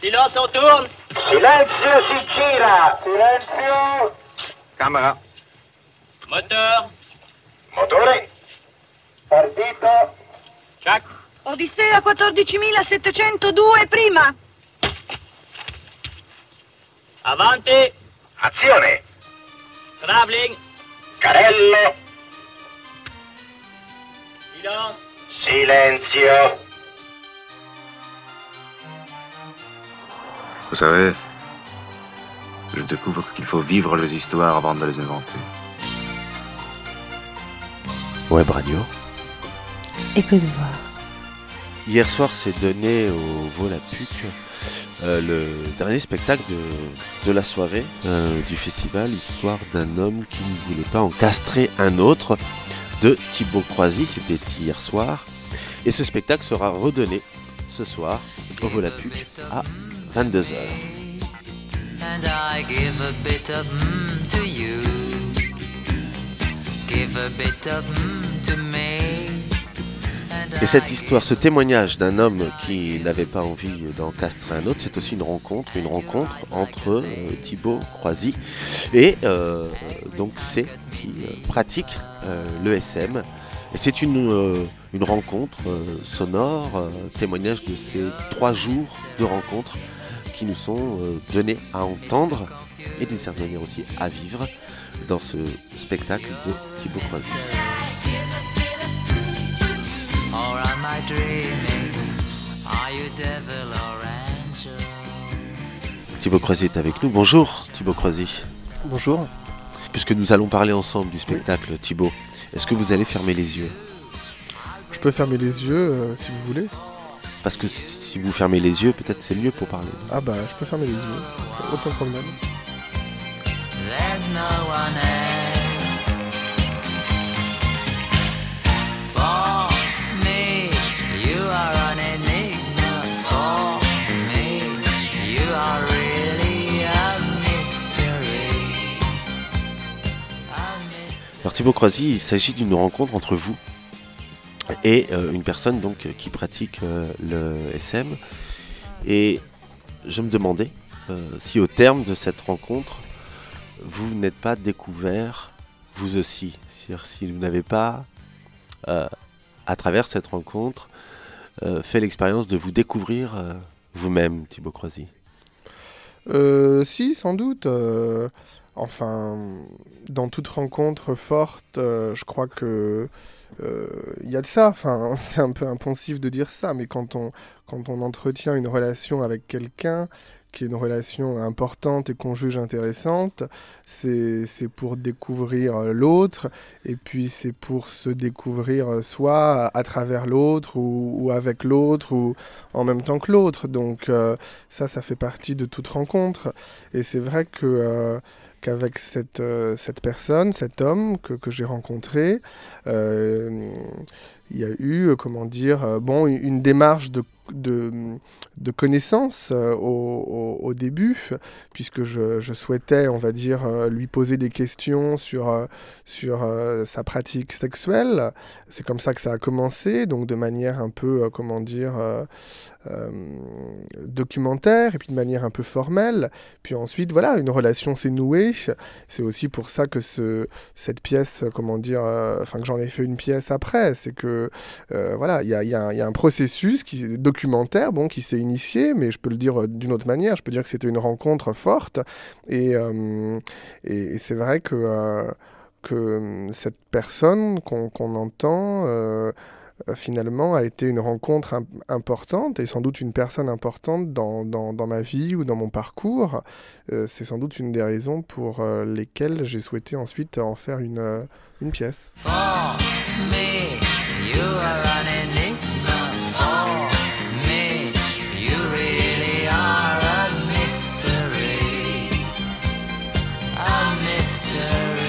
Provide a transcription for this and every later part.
Silence, on tourne. Silenzio, si gira. Silenzio. Camera. Moteur. Motore. Partito. Check. Odissea 14.702 prima. Avanti. Azione. Traveling. Carello. Silence. Silenzio. Vous savez, je découvre qu'il faut vivre les histoires avant de les inventer. Web Radio. Écho de voir. Hier soir s'est donné au Volapuc le dernier spectacle de la soirée du festival, Histoire d'un homme qui ne voulait pas encastrer un autre, de Thibaut Croisy. C'était hier soir. Et ce spectacle sera redonné ce soir au Volapuc à 22h. And I give a bit of to you. Give a bit of to me. Et cette histoire, ce témoignage d'un homme qui n'avait pas envie d'encastrer un autre, c'est aussi une rencontre entre Thibaut Croisy et donc C qui pratique l'ESM. Et c'est une rencontre sonore, témoignage de ces 3 jours de rencontre qui nous sont donnés à entendre et d'une certaine manière aussi à vivre dans ce spectacle de Thibaut Croisy. Thibaut Croisy est avec nous. Bonjour Thibaut Croisy. Bonjour. Puisque nous allons parler ensemble du spectacle, Thibaut, est-ce que vous allez fermer les yeux ? Je peux fermer les yeux si vous voulez. Parce que si vous fermez les yeux, peut-être c'est mieux pour parler. Ah bah je peux fermer les yeux, aucun problème. There's no one else for me. You are an enigma for me. You are really a mystery. Alors Thibaut Croisy, il s'agit d'une rencontre entre vous et une personne donc qui pratique le SM. Et je me demandais si au terme de cette rencontre, vous n'êtes pas découvert vous aussi. C'est-à-dire si vous n'avez pas, à travers cette rencontre, fait l'expérience de vous découvrir vous-même, Thibaut Croisy. Si, sans doute. Enfin, dans toute rencontre forte, je crois que il y a de ça. Enfin, c'est un peu impensif de dire ça, mais quand on entretient une relation avec quelqu'un, qui est une relation importante et qu'on juge intéressante, c'est pour découvrir l'autre, et puis c'est pour se découvrir soit à travers l'autre, ou avec l'autre, ou en même temps que l'autre. Donc ça fait partie de toute rencontre. Et c'est vrai qu'avec cette personne, cet homme que j'ai rencontré, il y a eu, une démarche de connaissance au début, puisque je souhaitais, on va dire, lui poser des questions sur sa pratique sexuelle. C'est comme ça que ça a commencé, donc de manière un peu, documentaire, et puis de manière un peu formelle. Puis ensuite, voilà, une relation s'est nouée. C'est aussi pour ça que cette pièce, que j'en ai fait une pièce après. C'est que, il y a un processus documentaire, qui s'est initié, mais je peux le dire d'une autre manière. Je peux dire que c'était une rencontre forte. Et c'est vrai que cette personne qu'on entend... finalement a été une rencontre importante, et sans doute une personne importante dans ma vie ou dans mon parcours. C'est sans doute une des raisons pour lesquelles j'ai souhaité ensuite en faire une pièce. For me, you are an enigma. For me, you really are a mystery. A mystery.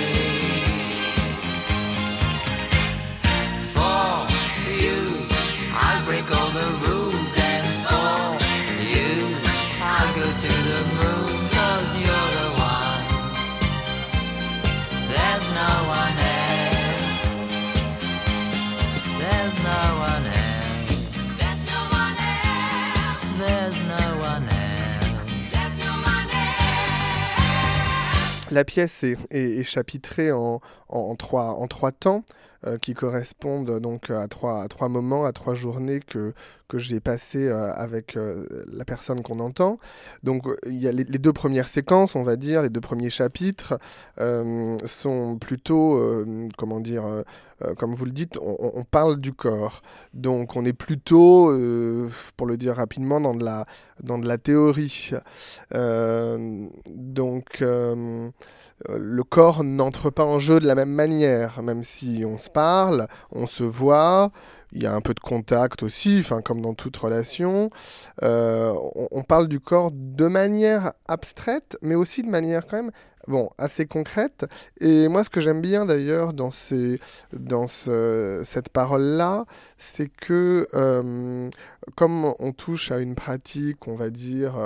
For you, I'll break all the rules, and for you, I'll go to the moon, 'cause you're the one. There's no one else. There's no one else. La pièce est chapitrée en trois temps qui correspondent donc à trois moments, à 3 journées que j'ai passées avec la personne qu'on entend. Donc il y a les 2 premières séquences, on va dire, les 2 premiers chapitres sont plutôt, comme vous le dites, on parle du corps. Donc on est plutôt, pour le dire rapidement, dans de la théorie. Le corps n'entre pas en jeu de la même manière, même si on se parle, on se voit, il y a un peu de contact aussi, comme dans toute relation. On parle du corps de manière abstraite, mais aussi de manière quand même assez concrète. Et moi, ce que j'aime bien d'ailleurs dans cette parole-là, c'est que comme on touche à une pratique, on va dire,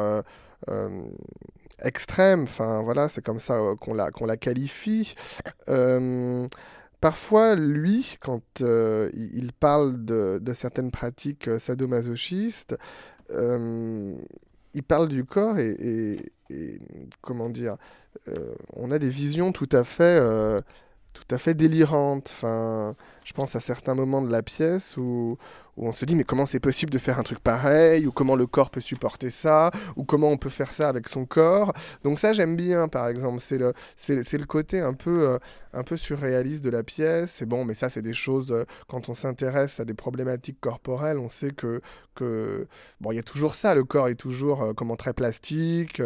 extrême, c'est comme ça qu'on la qualifie. Parfois, lui, quand il parle de certaines pratiques sadomasochistes, il parle du corps et comment dire, on a des visions tout à fait délirantes. Je pense à certains moments de la pièce où on se dit mais comment c'est possible de faire un truc pareil, ou comment le corps peut supporter ça, ou comment on peut faire ça avec son corps. Donc ça j'aime bien, par exemple, c'est le côté un peu surréaliste de la pièce. Et mais ça c'est des choses, quand on s'intéresse à des problématiques corporelles, on sait que il y a toujours ça, le corps est toujours très plastique,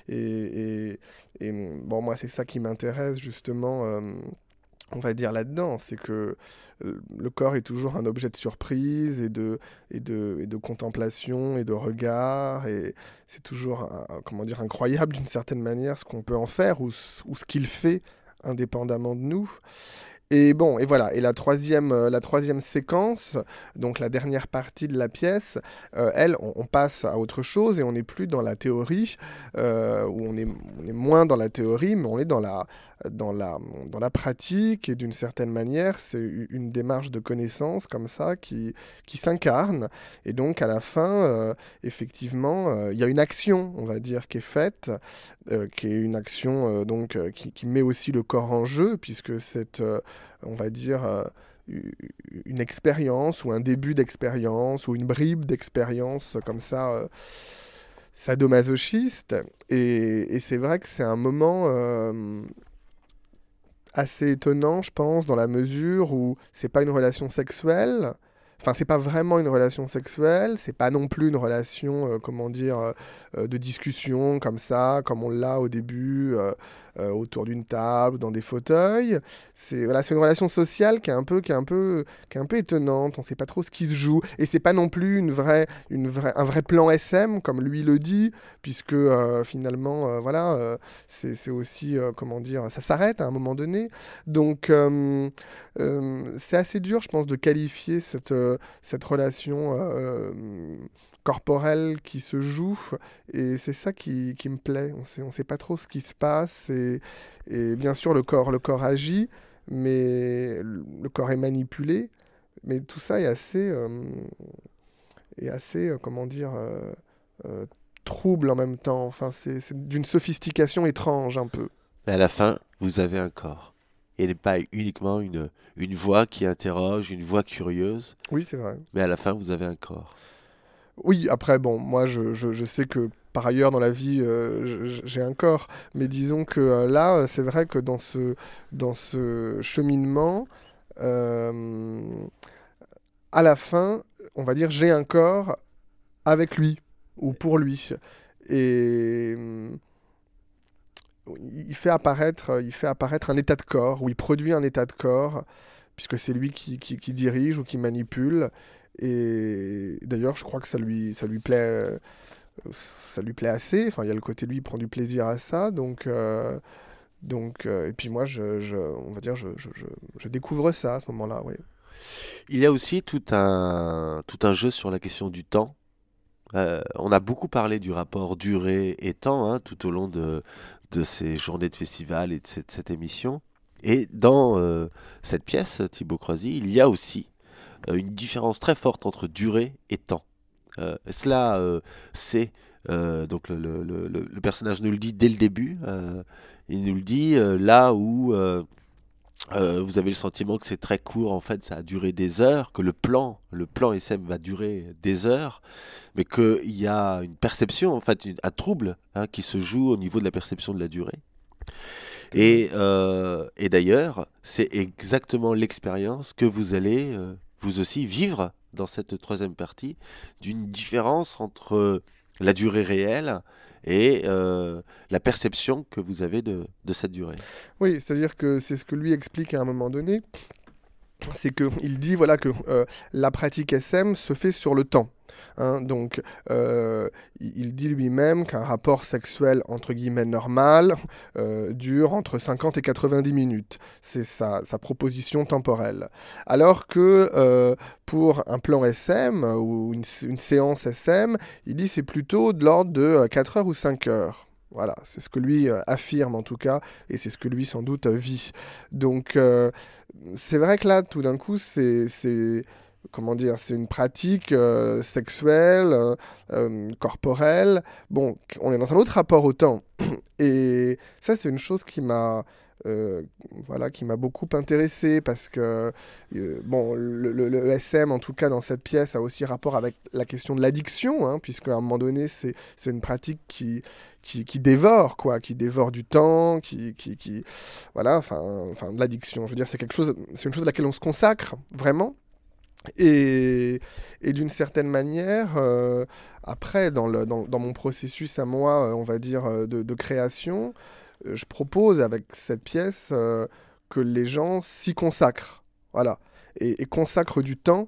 moi c'est ça qui m'intéresse justement, on va dire là-dedans, c'est que le corps est toujours un objet de surprise et de contemplation et de regard, et c'est toujours incroyable d'une certaine manière ce qu'on peut en faire ou ce qu'il fait indépendamment de nous. Et voilà. Et la troisième séquence, donc la dernière partie de la pièce, on passe à autre chose et on n'est plus dans la théorie, où on est moins dans la théorie, mais on est dans la pratique, et d'une certaine manière, c'est une démarche de connaissance comme ça qui s'incarne. Et donc à la fin, effectivement, il y a une action, on va dire, qui est faite, qui est une action qui met aussi le corps en jeu, puisque c'est, on va dire, une expérience ou un début d'expérience ou une bribe d'expérience comme ça, sadomasochiste. Et c'est vrai que c'est un moment assez étonnant, je pense, dans la mesure où c'est pas une relation sexuelle. C'est pas vraiment une relation sexuelle, c'est pas non plus une relation, de discussion comme ça, comme on l'a au début, autour d'une table, dans des fauteuils. C'est une relation sociale qui est un peu étonnante. On sait pas trop ce qui se joue, et c'est pas non plus un vrai plan SM comme lui le dit, puisque finalement, c'est aussi ça s'arrête à un moment donné. Donc c'est assez dur, je pense, de qualifier cette relation corporelle qui se joue, et c'est ça qui me plaît. On sait pas trop ce qui se passe, et bien sûr le corps agit, mais le corps est manipulé, mais tout ça est assez trouble en même temps. C'est d'une sophistication étrange un peu. Mais à la fin, vous avez un corps. Et n'est pas uniquement une voix qui interroge, une voix curieuse. Oui, c'est vrai. Mais à la fin, vous avez un corps. Oui, après, moi, je sais que par ailleurs, dans la vie, j'ai un corps. Mais disons que là, c'est vrai que dans ce cheminement, à la fin, on va dire, j'ai un corps avec lui, ou pour lui. Et il fait apparaître un état de corps, ou il produit un état de corps, puisque c'est lui qui dirige ou qui manipule. Et d'ailleurs, je crois que ça lui plaît assez. Il y a le côté, lui, il prend du plaisir à ça. Donc, et puis moi, on va dire, je découvre ça à ce moment-là, oui. Il y a aussi tout un jeu sur la question du temps. On a beaucoup parlé du rapport durée et temps tout au long de ces journées de festival et de cette émission. Et dans cette pièce, Thibaut Croisy, il y a aussi une différence très forte entre durée et temps. Cela, c'est Donc le personnage nous le dit dès le début. Il nous le dit là où vous avez le sentiment que c'est très court, en fait, ça a duré des heures, que le plan SM va durer des heures, mais qu'il y a une perception, en fait, un trouble qui se joue au niveau de la perception de la durée. Et d'ailleurs, c'est exactement l'expérience que vous allez vous aussi vivre dans cette troisième partie, d'une différence entre la durée réelle et la perception que vous avez de cette durée. Oui, c'est-à-dire que c'est ce que lui explique à un moment donné, c'est qu'il dit voilà, que la pratique SM se fait sur le temps. Donc, il dit lui-même qu'un rapport sexuel entre guillemets normal dure entre 50 et 90 minutes. C'est sa proposition temporelle. Alors que pour un plan SM ou une séance SM, il dit c'est plutôt de l'ordre de 4 heures ou 5 heures. Voilà, c'est ce que lui affirme en tout cas, et c'est ce que lui sans doute vit. Donc, c'est vrai que là, tout d'un coup, comment dire, c'est une pratique sexuelle, corporelle. Bon, on est dans un autre rapport au temps. Et ça, c'est une chose qui m'a beaucoup intéressé parce que bon, le SM, en tout cas dans cette pièce, a aussi rapport avec la question de l'addiction, puisque à un moment donné, c'est une pratique qui dévore, quoi, qui dévore du temps, voilà, enfin, de l'addiction. Je veux dire, c'est une chose à laquelle on se consacre vraiment. Et d'une certaine manière, après, dans mon processus à moi, on va dire, de création, je propose avec cette pièce que les gens s'y consacrent, voilà, et consacrent du temps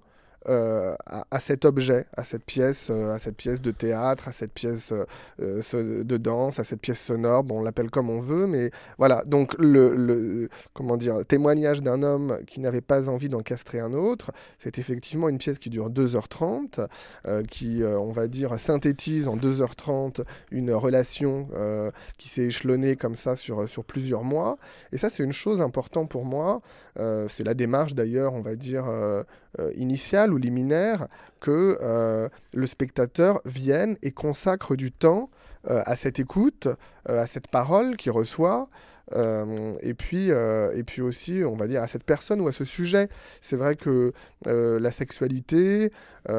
à cet objet, à cette pièce de théâtre, à cette pièce de danse, à cette pièce sonore, bon, on l'appelle comme on veut, mais voilà. Donc comment dire, témoignage d'un homme qui n'avait pas envie d'en castrer un autre, c'est effectivement une pièce qui dure 2h30, qui, on va dire, synthétise en 2h30 une relation qui s'est échelonnée comme ça sur plusieurs mois. Et ça, c'est une chose importante pour moi. C'est la démarche d'ailleurs, on va dire, initiale ou liminaire, que le spectateur vienne et consacre du temps à cette écoute, à cette parole qu'il reçoit, et puis aussi, on va dire, à cette personne ou à ce sujet. C'est vrai que la sexualité,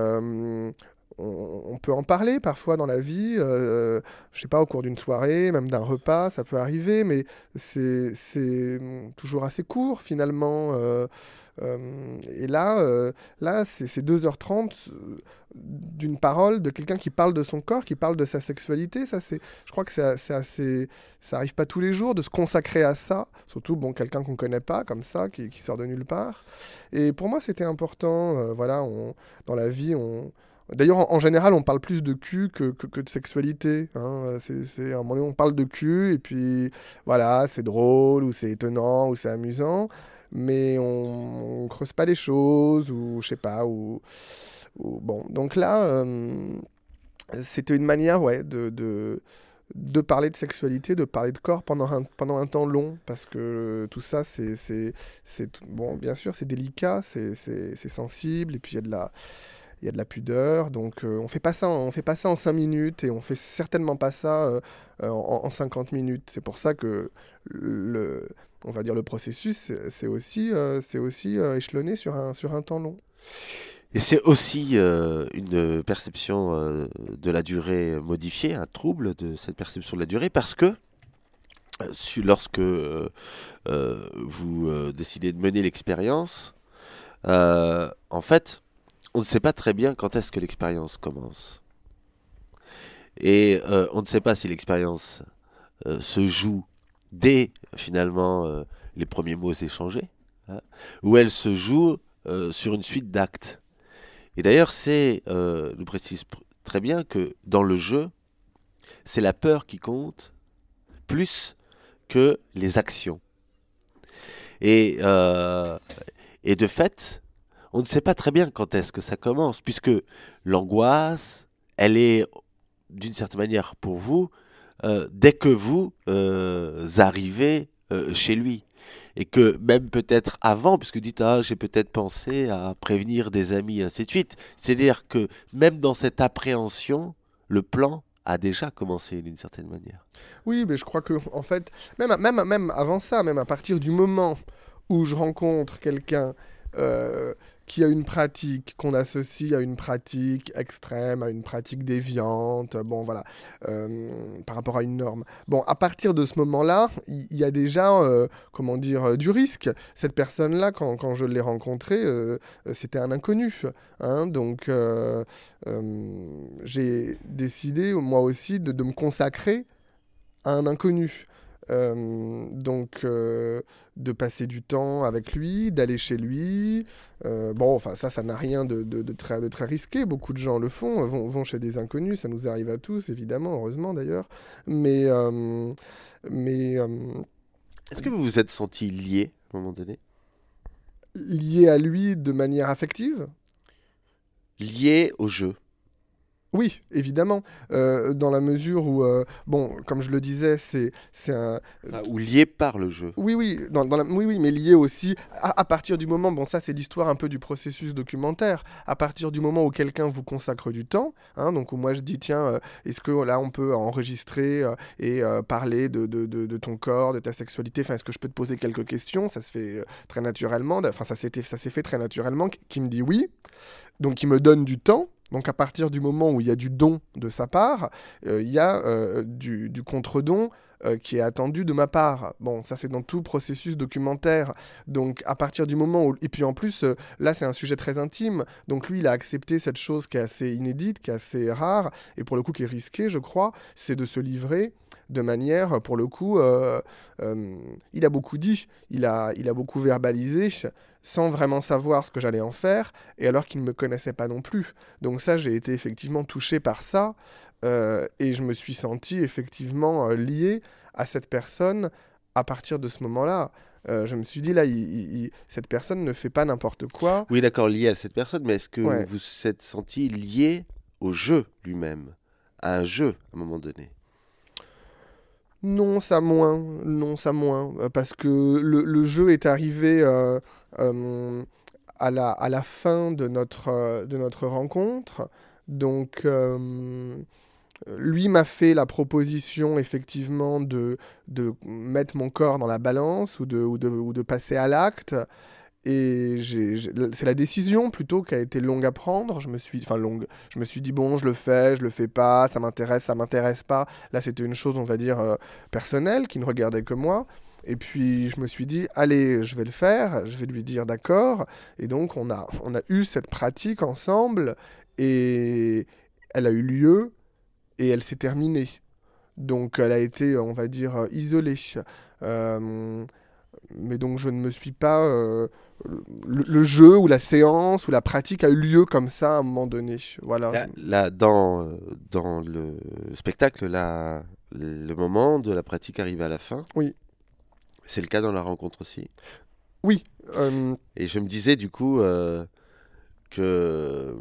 on peut en parler parfois dans la vie, je sais pas, au cours d'une soirée, même d'un repas, ça peut arriver, mais c'est toujours assez court finalement. Et là, c'est 2h30 d'une parole de quelqu'un qui parle de son corps, qui parle de sa sexualité. Je crois que c'est assez, ça arrive pas tous les jours de se consacrer à ça, surtout bon, quelqu'un qu'on connaît pas comme ça, qui sort de nulle part. Et pour moi, c'était important. Voilà, dans la vie, d'ailleurs, en général, on parle plus de cul que de sexualité. À un moment donné, on parle de cul, et puis voilà, c'est drôle, ou c'est étonnant, ou c'est amusant, mais on creuse pas les choses, ou je sais pas, ou bon. Donc là, c'était une manière, ouais, de parler de sexualité, de parler de corps pendant un temps long, parce que tout ça, bon, bien sûr, c'est délicat, c'est sensible, et puis il y a de la pudeur, donc on fait pas ça en 5 minutes, et on fait certainement pas ça en 50 minutes. C'est pour ça que on va dire le processus, c'est aussi échelonné sur un temps long. Et c'est aussi une perception de la durée modifiée, un trouble de cette perception de la durée, parce que lorsque vous décidez de mener l'expérience, en fait, on ne sait pas très bien quand est-ce que l'expérience commence. Et on ne sait pas si l'expérience se joue dès, finalement, les premiers mots échangés, ou elle se joue sur une suite d'actes. Et d'ailleurs, nous précise très bien que dans le jeu, c'est la peur qui compte plus que les actions. Et de fait, on ne sait pas très bien quand est-ce que ça commence, puisque l'angoisse, elle est, d'une certaine manière, pour vous, dès que vous arrivez chez lui. Et que même peut-être avant, puisque vous dites « Ah, j'ai peut-être pensé à prévenir des amis, ainsi de suite ». C'est-à-dire que même dans cette appréhension, le plan a déjà commencé d'une certaine manière. Oui, mais je crois que, en fait, même avant ça, même à partir du moment où je rencontre quelqu'un qui a une pratique qu'on associe à une pratique extrême, à une pratique déviante, bon voilà, par rapport à une norme. Bon, à partir de ce moment-là, il y a déjà, comment dire, du risque. Cette personne-là, quand je l'ai rencontrée, c'était un inconnu, hein, donc j'ai décidé, moi aussi, de me consacrer à un inconnu. Donc, de passer du temps avec lui, d'aller chez lui. Bon, enfin, ça n'a rien de très risqué. Beaucoup de gens le font, vont chez des inconnus. Ça nous arrive à tous, évidemment, heureusement d'ailleurs. Mais Est-ce que vous vous êtes senti lié à un moment donné? lié à lui de manière affective? Lié au jeu? Oui, évidemment, dans la mesure où, bon, comme je le disais, c'est un... Enfin, ou lié par le jeu? Oui, oui, oui, mais lié aussi à partir du moment, bon, ça c'est l'histoire un peu du processus documentaire, à partir du moment où quelqu'un vous consacre du temps, hein, donc où moi je dis, tiens, est-ce que là on peut enregistrer et parler de ton corps, de ta sexualité, enfin, est-ce que je peux te poser quelques questions? Ça se fait très naturellement, enfin, ça s'est fait très naturellement, qui me dit oui, donc il me donne du temps. Donc à partir du moment où il y a du don de sa part, il y a du contre-don qui est attendu de ma part. Bon, ça c'est dans tout processus documentaire. Donc à partir du moment où... Et puis en plus, là c'est un sujet très intime. Donc lui, il a accepté cette chose qui est assez inédite, qui est assez rare, et pour le coup qui est risquée, je crois, c'est de se livrer de manière, pour le coup, il a beaucoup dit, il a beaucoup verbalisé, sans vraiment savoir ce que j'allais en faire, et alors qu'il ne me connaissait pas non plus. Donc ça, j'ai été effectivement touché par ça, et je me suis senti effectivement lié à cette personne à partir de ce moment-là. Je me suis dit, là, cette personne ne fait pas n'importe quoi. Oui, d'accord, lié à cette personne, mais est-ce que Ouais. vous vous êtes senti lié au jeu lui-même, à un jeu à un moment donné? Non, ça moins. Non, ça moins. Parce que le jeu est arrivé à la fin de notre rencontre. Donc, lui m'a fait la proposition, effectivement, de mettre mon corps dans la balance ou de passer à l'acte. Et c'est la décision plutôt qui a été longue à prendre. Je me suis dit, bon, je le fais pas, ça m'intéresse pas. Là, c'était une chose, on va dire, personnelle, qui ne regardait que moi. Et puis, je me suis dit, allez, je vais le faire, je vais lui dire d'accord. Et donc, on a eu cette pratique ensemble, et elle a eu lieu, et elle s'est terminée. Donc, elle a été, on va dire, isolée. Mais donc, je ne me suis pas... le jeu ou la séance ou la pratique a eu lieu comme ça à un moment donné. Voilà. Là, dans le spectacle, là, le moment de la pratique arrive à la fin. Oui. C'est le cas dans la rencontre aussi. Oui. Et je me disais du coup qu'il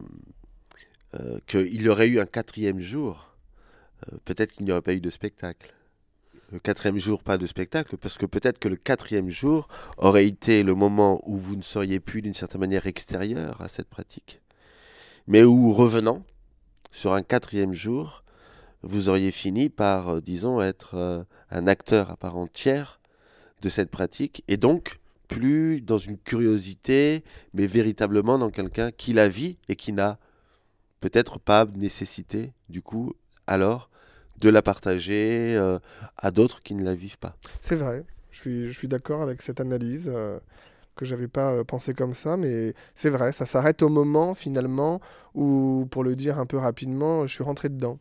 y aurait eu un 4e jour. Peut-être qu'il n'y aurait pas eu de spectacle. Le 4e jour, pas de spectacle, parce que peut-être que le 4e jour aurait été le moment où vous ne seriez plus d'une certaine manière extérieur à cette pratique, mais où, revenant sur un 4e jour, vous auriez fini par, disons, être un acteur à part entière de cette pratique, et donc plus dans une curiosité, mais véritablement dans quelqu'un qui la vit et qui n'a peut-être pas nécessité, du coup, alors, de la partager à d'autres qui ne la vivent pas. C'est vrai. Je suis d'accord avec cette analyse que j'avais pas pensé comme ça, mais c'est vrai. Ça s'arrête au moment, finalement, où, pour le dire un peu rapidement, je suis rentré dedans.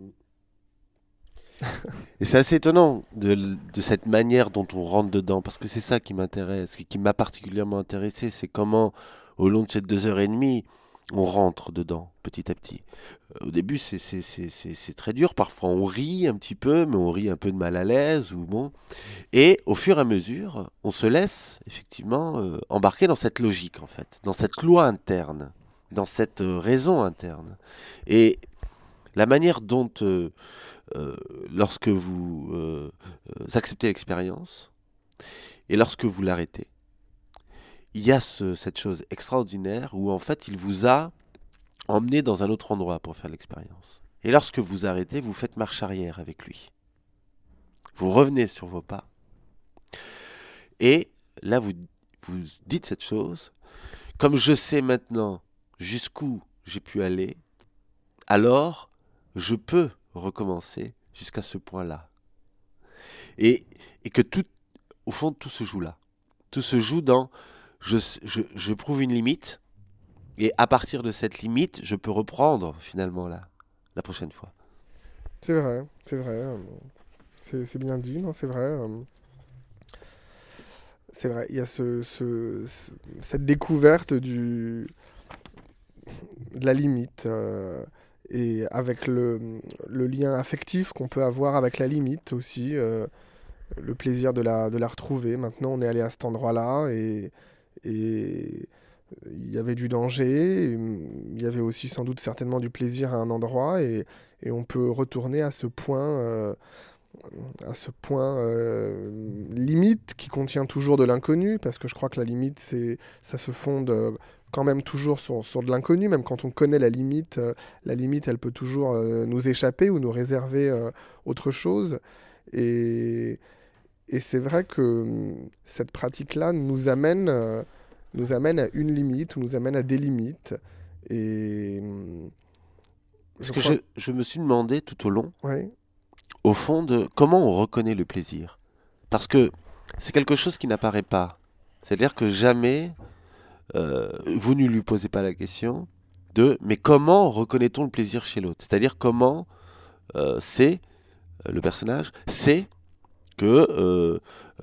Et c'est assez étonnant de cette manière dont on rentre dedans, parce que c'est ça qui m'intéresse, qui m'a particulièrement intéressé, c'est comment, au long de ces 2h30, on rentre dedans, petit à petit. Au début, c'est très dur, parfois on rit un petit peu, mais on rit un peu de mal à l'aise, ou bon. Et au fur et à mesure, on se laisse, effectivement, embarquer dans cette logique, en fait, dans cette loi interne, dans cette raison interne. Et la manière dont... lorsque vous acceptez l'expérience et lorsque vous l'arrêtez, il y a cette chose extraordinaire où en fait il vous a emmené dans un autre endroit pour faire l'expérience. Et lorsque vous arrêtez, vous faites marche arrière avec lui. Vous revenez sur vos pas. Et là, vous dites cette chose. Comme je sais maintenant jusqu'où j'ai pu aller, alors je peux recommencer jusqu'à ce point-là. Et que tout, au fond, tout se joue là. Tout se joue dans je prouve une limite, et à partir de cette limite, je peux reprendre finalement la prochaine fois. C'est vrai, c'est vrai. C'est bien dit, non, c'est vrai. C'est vrai, il y a cette découverte de la limite. Et avec le lien affectif qu'on peut avoir avec la limite aussi, le plaisir de la retrouver. Maintenant, on est allé à cet endroit-là et il y avait du danger, il y avait aussi sans doute certainement du plaisir à un endroit et on peut retourner à ce point limite qui contient toujours de l'inconnu, parce que je crois que la limite, ça se fonde quand même toujours sur de l'inconnu, même quand on connaît la limite, elle peut toujours nous échapper ou nous réserver autre chose. Et c'est vrai que cette pratique-là nous amène à une limite, ou nous amène à des limites. Et je me suis demandé tout au long, ouais. Au fond, de comment on reconnaît le plaisir. Parce que c'est quelque chose qui n'apparaît pas. C'est-à-dire que jamais, vous ne lui posez pas la question de « mais comment reconnaît-on le plaisir chez l'autre ?» C'est-à-dire comment le personnage sait que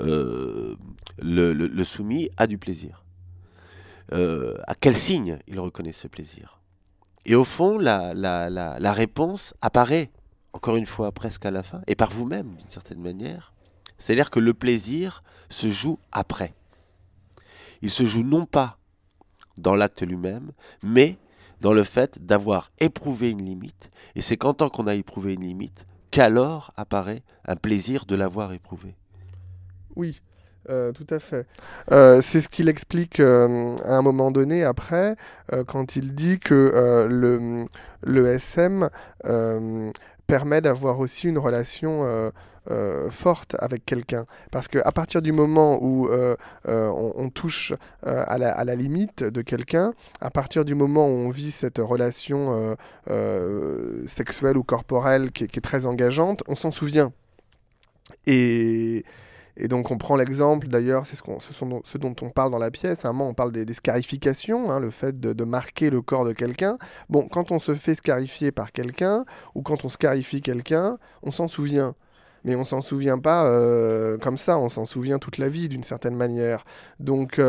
le soumis a du plaisir. À quel signe il reconnaît ce plaisir. Et au fond, la réponse apparaît, encore une fois, presque à la fin, et par vous-même, d'une certaine manière. C'est-à-dire que le plaisir se joue après. Il se joue non pas dans l'acte lui-même, mais dans le fait d'avoir éprouvé une limite. Et c'est qu'en tant qu'on a éprouvé une limite, qu'alors apparaît un plaisir de l'avoir éprouvé. Oui, tout à fait. C'est ce qu'il explique à un moment donné après, quand il dit que le SM permet d'avoir aussi une relation forte avec quelqu'un. Parce qu'à partir du moment où on touche à la limite de quelqu'un, à partir du moment où on vit cette relation sexuelle ou corporelle qui est très engageante, on s'en souvient. Et donc on prend l'exemple, d'ailleurs, c'est ce dont on parle dans la pièce, à un moment on parle des scarifications, hein, le fait de marquer le corps de quelqu'un. Bon, quand on se fait scarifier par quelqu'un, ou quand on scarifie quelqu'un, on s'en souvient. Mais on s'en souvient pas comme ça, on s'en souvient toute la vie d'une certaine manière. Donc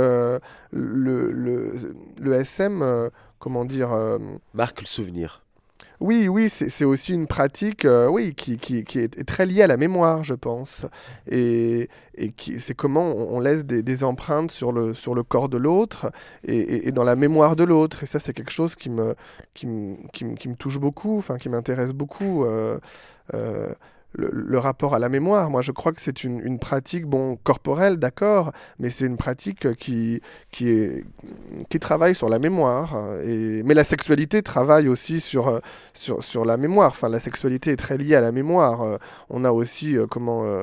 le SM, comment dire... marque le souvenir. Oui, c'est aussi une pratique qui est très liée à la mémoire, je pense. Et c'est comment on laisse des empreintes sur le corps de l'autre et dans la mémoire de l'autre. Et ça, c'est quelque chose qui me touche beaucoup, enfin, qui m'intéresse beaucoup. Le rapport à la mémoire, moi je crois que c'est une pratique, bon, corporelle, d'accord, mais c'est une pratique qui travaille sur la mémoire. Mais la sexualité travaille aussi sur la mémoire. Enfin, la sexualité est très liée à la mémoire. On a aussi, comment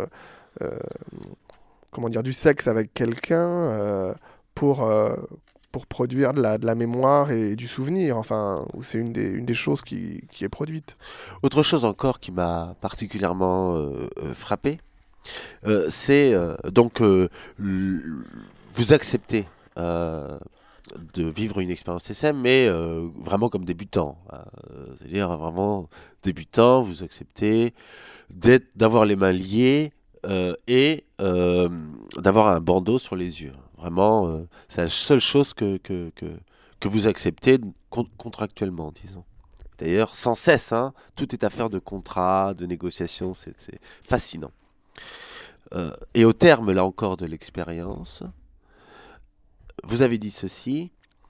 dire, du sexe avec quelqu'un pour produire de la mémoire et du souvenir. Enfin, c'est une des choses qui est produite. Autre chose encore qui m'a particulièrement frappé, c'est donc vous acceptez de vivre une expérience SM, mais vraiment comme débutant. C'est-à-dire vraiment débutant, vous acceptez d'avoir les mains liées et d'avoir un bandeau sur les yeux. Vraiment, c'est la seule chose que vous acceptez contractuellement, disons. D'ailleurs, sans cesse, hein, tout est affaire de contrat, de négociation, c'est fascinant. Et au terme, là encore, de l'expérience, vous avez dit ceci,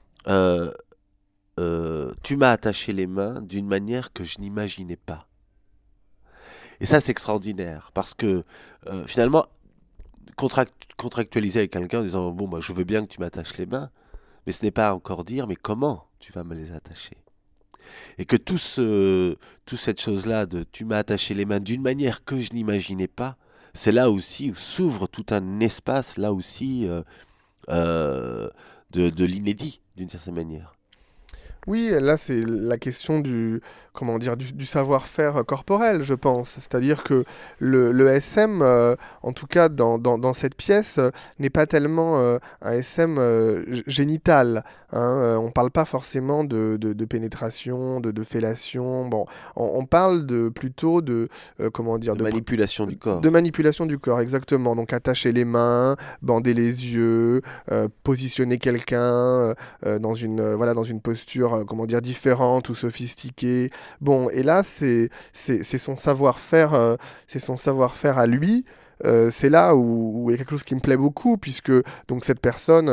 tu m'as attaché les mains d'une manière que je n'imaginais pas. Et ça, c'est extraordinaire, parce que finalement, contractualiser avec quelqu'un en disant « Bon, moi, je veux bien que tu m'attaches les mains », mais ce n'est pas encore dire « Mais comment tu vas me les attacher ?» Et que toute cette chose-là de tu m'as attaché les mains d'une manière que je n'imaginais pas, c'est là aussi où s'ouvre tout un espace, là aussi, de l'inédit, d'une certaine manière. Oui, là c'est la question du savoir-faire corporel, je pense. C'est-à-dire que le SM, en tout cas dans cette pièce, n'est pas tellement un SM génital. Hein. On parle pas forcément de pénétration, de fellation. Bon, on parle plutôt de De manipulation du corps. de manipulation du corps, exactement. Donc attacher les mains, bander les yeux, positionner quelqu'un dans une posture différente ou sophistiquée. Bon, et là, c'est son savoir-faire, c'est son savoir-faire à lui. C'est là où il y a quelque chose qui me plaît beaucoup, puisque donc cette personne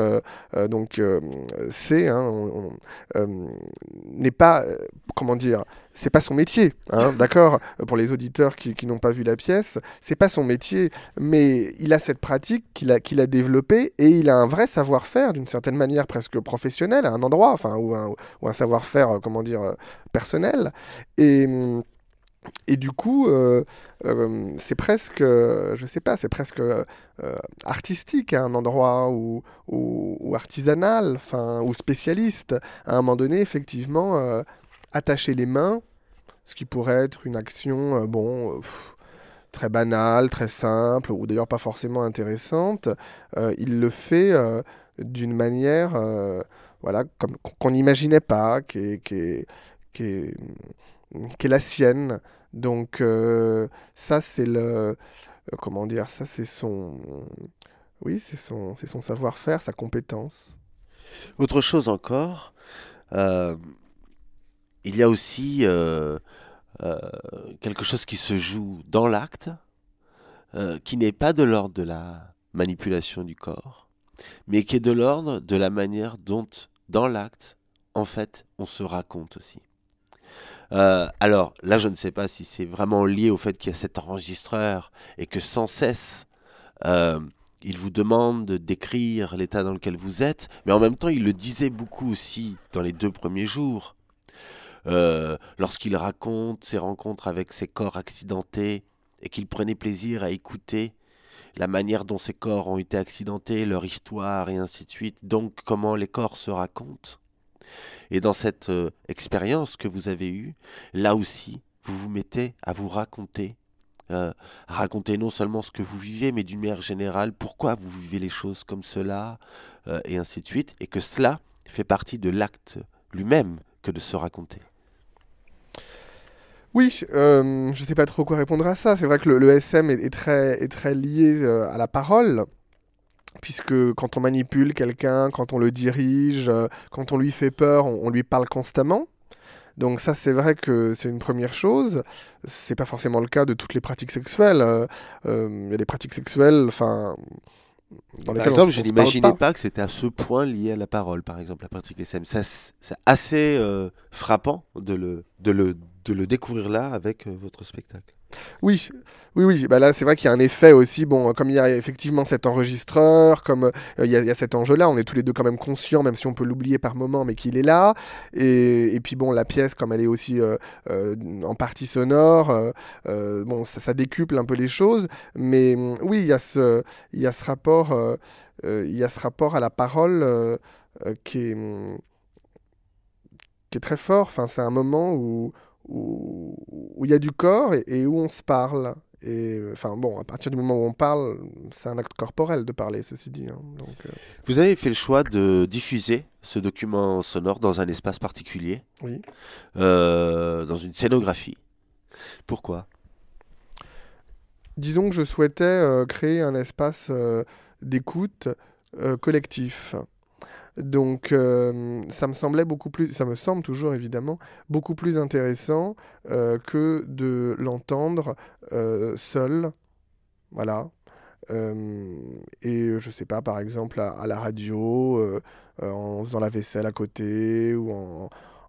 n'est pas, c'est pas son métier, hein, d'accord? Pour les auditeurs qui n'ont pas vu la pièce, c'est pas son métier, mais il a cette pratique qu'il a développée et il a un vrai savoir-faire d'une certaine manière presque professionnel à un endroit, enfin, ou un savoir-faire, personnel. Et du coup, c'est presque, je sais pas, c'est presque artistique à un endroit ou artisanal, enfin, ou spécialiste. À un moment donné, effectivement, attacher les mains, ce qui pourrait être une action, très banale, très simple, ou d'ailleurs pas forcément intéressante, il le fait d'une manière, comme qu'on n'imaginait pas, qui est la sienne. Donc ça c'est ça c'est son savoir-faire, sa compétence. Autre chose encore, il y a aussi quelque chose qui se joue dans l'acte, qui n'est pas de l'ordre de la manipulation du corps, mais qui est de l'ordre de la manière dont, dans l'acte, en fait, on se raconte aussi. Alors là, je ne sais pas si c'est vraiment lié au fait qu'il y a cet enregistreur et que sans cesse, il vous demande de décrire l'état dans lequel vous êtes, mais en même temps, il le disait beaucoup aussi dans les 2 premiers jours, lorsqu'il raconte ses rencontres avec ses corps accidentés et qu'il prenait plaisir à écouter la manière dont ces corps ont été accidentés, leur histoire et ainsi de suite, donc comment les corps se racontent. Et dans cette expérience que vous avez eue, là aussi, vous vous mettez à vous raconter, non seulement ce que vous vivez, mais d'une manière générale, pourquoi vous vivez les choses comme cela, et ainsi de suite, et que cela fait partie de l'acte lui-même que de se raconter. Oui, je sais pas trop quoi répondre à ça. C'est vrai que le SM est très lié à la parole. Puisque quand on manipule quelqu'un, quand on le dirige, quand on lui fait peur, on lui parle constamment. Donc ça, c'est vrai que c'est une première chose. C'est pas forcément le cas de toutes les pratiques sexuelles. Il y a des pratiques sexuelles, enfin, dans lesquelles Par exemple, on je se parle n'imaginais pas que c'était à ce point lié à la parole, par exemple, la pratique SM. C'est assez frappant de le découvrir là avec votre spectacle. Oui. Bah là, c'est vrai qu'il y a un effet aussi. Bon, comme il y a effectivement cet enregistreur, comme il y a cet enjeu-là, on est tous les deux quand même conscients, même si on peut l'oublier par moment, mais qu'il est là. Et puis bon, la pièce, comme elle est aussi en partie sonore, ça décuple un peu les choses. Mais oui, il y a ce rapport à la parole qui est très fort. Enfin, c'est un moment où il y a du corps et où on se parle. Et enfin bon, à partir du moment où on parle, c'est un acte corporel de parler, ceci dit. Hein. Donc, Vous avez fait le choix de diffuser ce document sonore dans un espace particulier, oui. Dans une scénographie. Pourquoi ? Disons que je souhaitais créer un espace d'écoute collectif. Donc ça me semble toujours évidemment beaucoup plus intéressant que de l'entendre seul, voilà. Et je sais pas, par exemple à la radio, en faisant la vaisselle à côté ou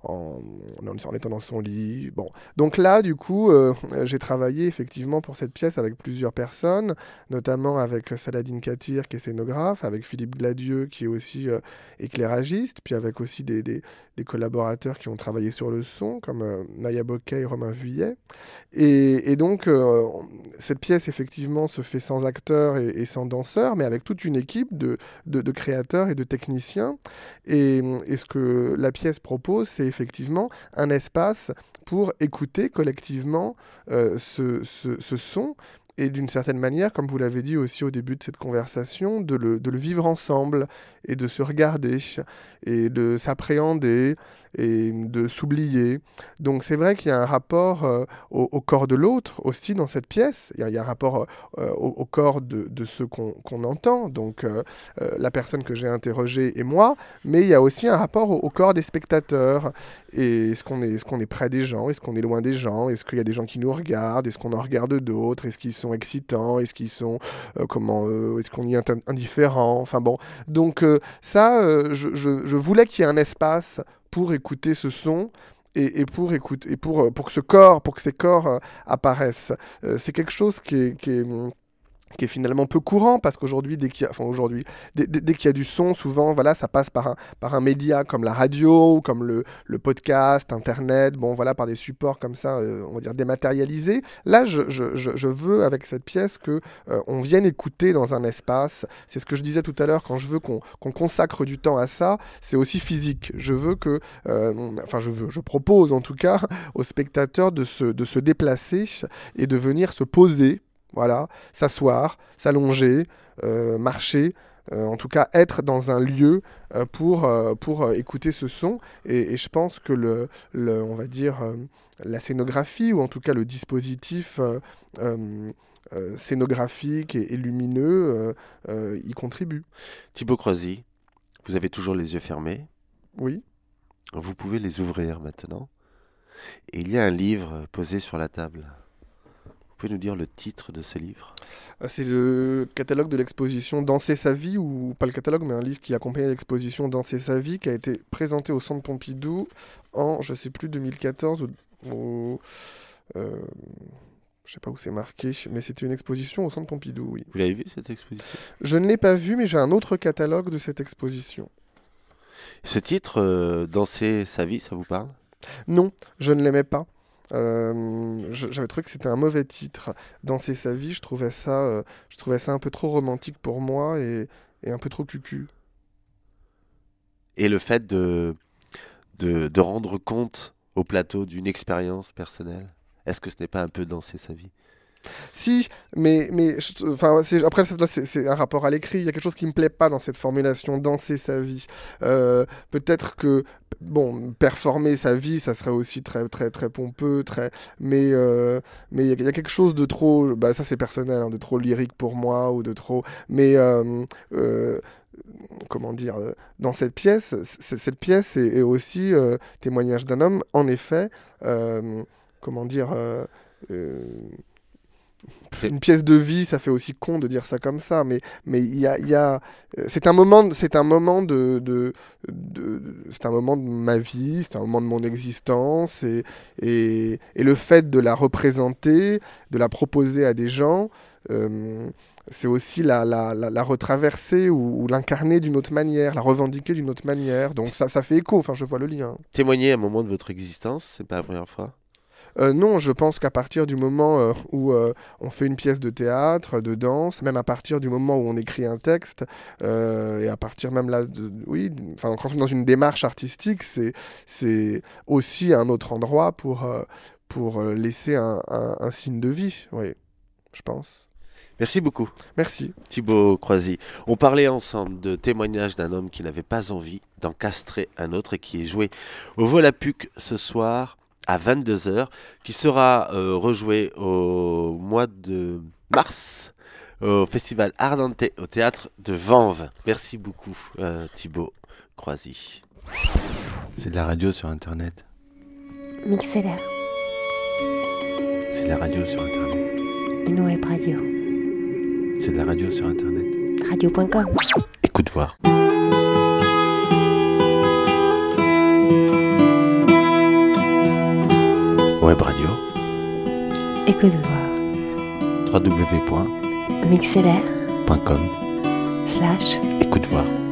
en étant dans son lit. Bon. Donc là, du coup, j'ai travaillé effectivement pour cette pièce avec plusieurs personnes, notamment avec Saladin Katir, qui est scénographe, avec Philippe Gladieux, qui est aussi éclairagiste, puis avec aussi des collaborateurs qui ont travaillé sur le son, comme Maya Bocquet et Romain Vuillet. Et donc, cette pièce, effectivement, se fait sans acteurs et sans danseurs, mais avec toute une équipe de créateurs et de techniciens. Et ce que la pièce propose, c'est effectivement un espace pour écouter collectivement ce son, et d'une certaine manière, comme vous l'avez dit aussi au début de cette conversation, de le vivre ensemble, et de se regarder, et de s'appréhender, et de s'oublier. Donc c'est vrai qu'il y a un rapport au corps de l'autre aussi dans cette pièce. Il y a un rapport au corps de ceux qu'on entend, donc la personne que j'ai interrogée et moi, mais il y a aussi un rapport au corps des spectateurs. Et est-ce qu'on est près des gens? Est-ce qu'on est loin des gens? Est-ce qu'il y a des gens qui nous regardent? Est-ce qu'on en regarde d'autres? Est-ce qu'ils sont excitants? Est-ce qu'ils sont est-ce qu'on y est indifférent? Enfin bon, donc je voulais qu'il y ait un espace pour écouter ce son et pour que ces corps apparaissent. C'est quelque chose qui est finalement peu courant, parce qu'aujourd'hui, dès qu'il y a du son, souvent, voilà, ça passe par un média comme la radio, comme le podcast, Internet, bon, voilà, par des supports comme ça, on va dire dématérialisés. Là, je veux, avec cette pièce, on vienne écouter dans un espace. C'est ce que je disais tout à l'heure, quand je veux qu'on consacre du temps à ça, c'est aussi physique. Je propose, en tout cas, aux spectateurs de se déplacer et de venir se poser. Voilà, s'asseoir, s'allonger, marcher, en tout cas être dans un lieu pour écouter ce son. Et je pense que on va dire, la scénographie, ou en tout cas le dispositif scénographique et lumineux y contribue. Thibaut Croisy, vous avez toujours les yeux fermés. Oui. Vous pouvez les ouvrir maintenant. Et il y a un livre posé sur la table. Vous pouvez nous dire le titre de ce livre? C'est le catalogue de l'exposition Danser sa vie, ou pas le catalogue, mais un livre qui accompagnait l'exposition Danser sa vie, qui a été présenté au Centre Pompidou en, je sais plus, 2014 ou je sais pas où c'est marqué, mais c'était une exposition au Centre Pompidou, oui. Vous l'avez vu, cette exposition? Je ne l'ai pas vue, mais j'ai un autre catalogue de cette exposition. Ce titre, Danser sa vie, ça vous parle? Non, je ne l'aimais pas. J'avais trouvé que c'était un mauvais titre. Danser sa vie, je trouvais ça un peu trop romantique pour moi, et un peu trop cucu. Et le fait de rendre compte au plateau d'une expérience personnelle, est-ce que ce n'est pas un peu danser sa vie? Si, mais après, c'est un rapport à l'écrit. Il y a quelque chose qui me plaît pas dans cette formulation, danser sa vie. Peut-être que, bon, performer sa vie, ça serait aussi très, très, très pompeux, mais il y a quelque chose de trop, ça c'est personnel, hein, de trop lyrique pour moi, ou de trop, mais comment dire, dans cette pièce est aussi témoignage d'un homme, en effet, comment dire, une pièce de vie, ça fait aussi con de dire ça comme ça, mais il y a c'est un moment de ma vie, c'est un moment de mon existence, et le fait de la représenter, de la proposer à des gens, c'est aussi la retraverser ou l'incarner d'une autre manière, la revendiquer d'une autre manière. Donc ça fait écho, enfin je vois le lien. Témoigner à un moment de votre existence, c'est pas la première fois? Non, je pense qu'à partir du moment où on fait une pièce de théâtre, de danse, même à partir du moment où on écrit un texte, et à partir même là, quand on est dans une démarche artistique, c'est aussi un autre endroit pour laisser un signe de vie, oui, je pense. Merci beaucoup. Merci. Thibaut Croisy. On parlait ensemble de témoignage d'un homme qui n'avait pas envie d'encastrer un autre, et qui est joué au Volapuc ce soir à 22h, qui sera rejoué au mois de mars au festival Ardente au théâtre de Vanves. Merci beaucoup Thibaut Croisy. C'est de la radio sur internet. Mixlr. C'est de la radio sur internet. Une web radio. C'est de la radio sur internet. Radio.com. Écoute voir. Web radio. Écoute voir. www.mixlr.com Mixlr. Écoute voir.